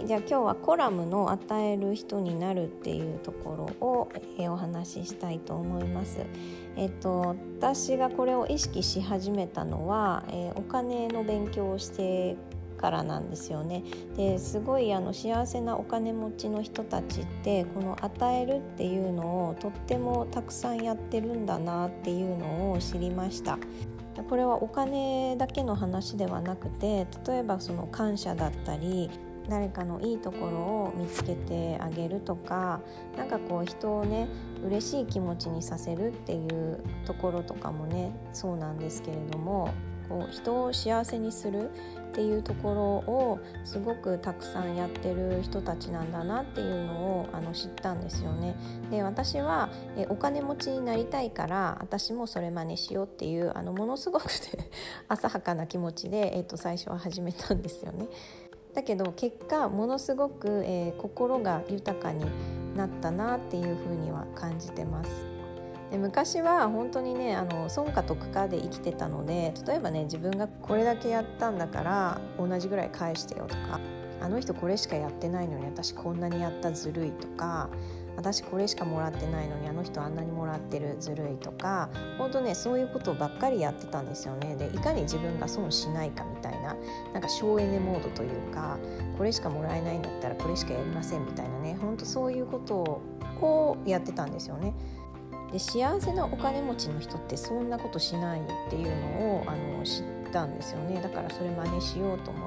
じゃあ今日はコラムの与える人になるっていうところを、お話ししたいと思います。私がこれを意識し始めたのは、お金の勉強をしてからなんですよね。ですごい幸せなお金持ちの人たちってこの与えるっていうのをとってもたくさんやってるんだなっていうのを知りました。これはお金だけの話ではなくて、例えばその感謝だったり、誰かのいいところを見つけてあげるとか、なんかこう人をね嬉しい気持ちにさせるっていうところとかもねそうなんですけれども、こう人を幸せにするっていうところをすごくたくさんやってる人たちなんだなっていうのを知ったんですよね。で、私はお金持ちになりたいから私もそれ真似しようっていうものすごく浅はかな気持ちで、最初は始めたんですよね。だけど結果ものすごく、心が豊かになったなっていうふうには感じてます。で、昔は本当にね損か得かで生きてたので、例えばね自分がこれだけやったんだから同じぐらい返してよとか、あの人これしかやってないのに私こんなにやったずるいとか、私これしかもらってないのにあの人あんなにもらってるずるいとか、本当ねそういうことばっかりやってたんですよね。で、いかに自分が損しないかみたいな、なんか省エネモードというか、これしかもらえないんだったらこれしかやりませんみたいなね、本当そういうことをやってたんですよね。で、幸せなお金持ちの人ってそんなことしないっていうのを知ったんですよね。だからそれ真似しようと思って、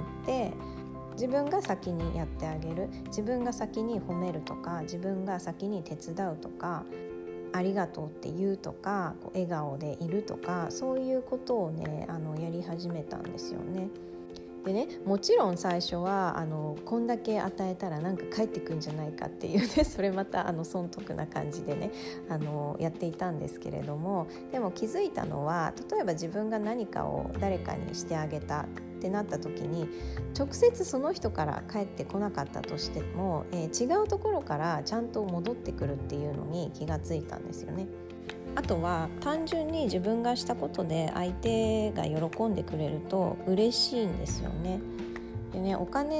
自分が先にやってあげる、自分が先に褒めるとか、自分が先に手伝うとか、ありがとうって言うとか、笑顔でいるとか、そういうことをねやり始めたんですよね。でね、もちろん最初はこんだけ与えたらなんか返ってくんじゃないかっていうね、それまた損得な感じでねやっていたんですけれども、でも気づいたのは、例えば自分が何かを誰かにしてあげたってなった時に、直接その人から返ってこなかったとしても、違うところからちゃんと戻ってくるっていうのに気がついたんですよね。あとは単純に自分がしたことで相手が喜んでくれると嬉しいんですよね。でね、お金って、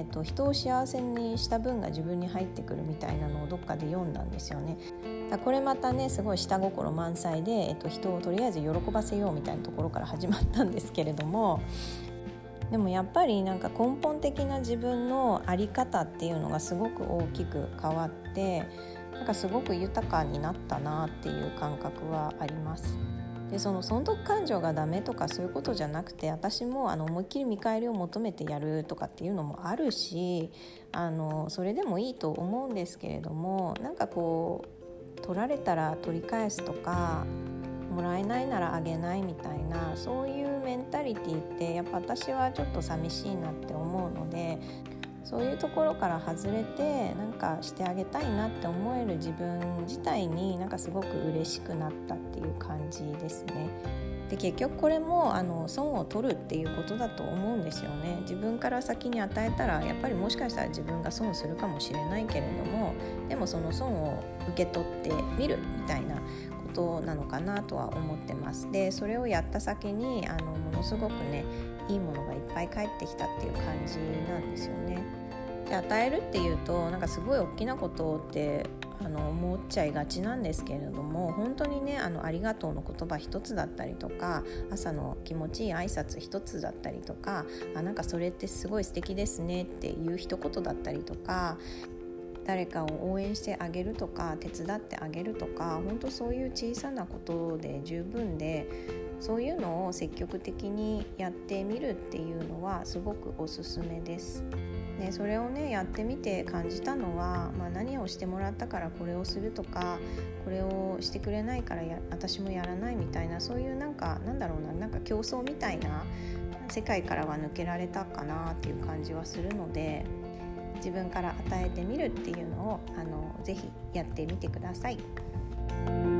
人を幸せにした分が自分に入ってくるみたいなのをどっかで読んだんですよね。これまたねすごい下心満載で、人をとりあえず喜ばせようみたいなところから始まったんですけれども、でもやっぱりなんか根本的な自分の在り方っていうのがすごく大きく変わって、なんかすごく豊かになったなっていう感覚はあります。で、その損得感情がダメとかそういうことじゃなくて、私も思いっきり見返りを求めてやるとかっていうのもあるし、それでもいいと思うんですけれども、なんかこう取られたら取り返すとか、もらえないならあげないみたいな、そういうメンタリティってやっぱ私はちょっと寂しいなって思うので、そういうところから外れてなんかしてあげたいなって思える自分自体になんかすごく嬉しくなったっていう感じですね。で、結局これも損を取るっていうことだと思うんですよね。自分から先に与えたらやっぱりもしかしたら自分が損するかもしれないけれども、でもその損を受け取ってみるみたいなことなのかなとは思ってます。で、それをやった先にものすごくねいいものがいっぱい返ってきたっていう感じなんですよね。で、与えるっていうとなんかすごい大きなことって思っちゃいがちなんですけれども、本当にねありがとうの言葉一つだったりとか、朝の気持ちいい挨拶一つだったりとか、なんかそれってすごい素敵ですねっていう一言だったりとか、誰かを応援してあげるとか手伝ってあげるとか、本当そういう小さなことで十分で、そういうのを積極的にやってみるっていうのはすごくおすすめです。で、それをねやってみて感じたのは、何をしてもらったからこれをするとか、これをしてくれないから私もやらないみたいな、そういうなんか競争みたいな世界からは抜けられたかなっていう感じはするので、自分から与えてみるっていうのをぜひやってみてください。